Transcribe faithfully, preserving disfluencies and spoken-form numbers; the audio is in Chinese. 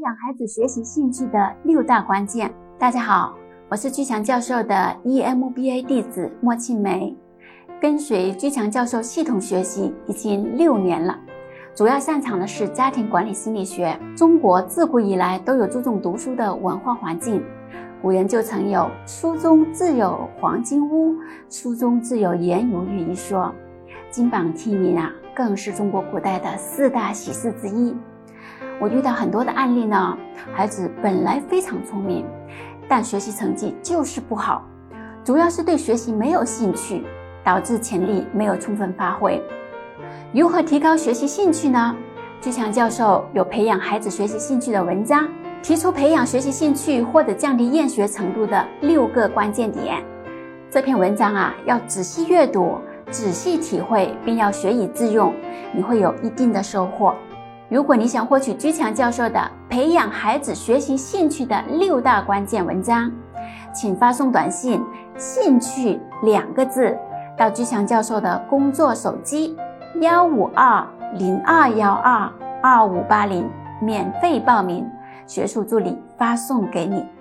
养孩子学习兴趣的六大关键。大家好，我是居强教授的 E M B A 弟子莫庆梅，跟随居强教授系统学习已经六年了，主要擅长的是家庭管理心理学。中国自古以来都有注重读书的文化环境，古人就曾有书中自有黄金屋，书中自有颜如玉一说。金榜题名啊，更是中国古代的四大喜事之一。我遇到很多的案例呢，孩子本来非常聪明，但学习成绩就是不好，主要是对学习没有兴趣，导致潜力没有充分发挥。如何提高学习兴趣呢？居强教授有培养孩子学习兴趣的文章，提出培养学习兴趣或者降低厌学程度的六个关键点。这篇文章啊，要仔细阅读，仔细体会，并要学以致用，你会有一定的收获。如果你想获取居强教授的培养孩子学习兴趣的六大关键文章，请发送短信兴趣两个字到居强教授的工作手机幺五二零二幺二二五八零，免费报名，学术助理发送给你。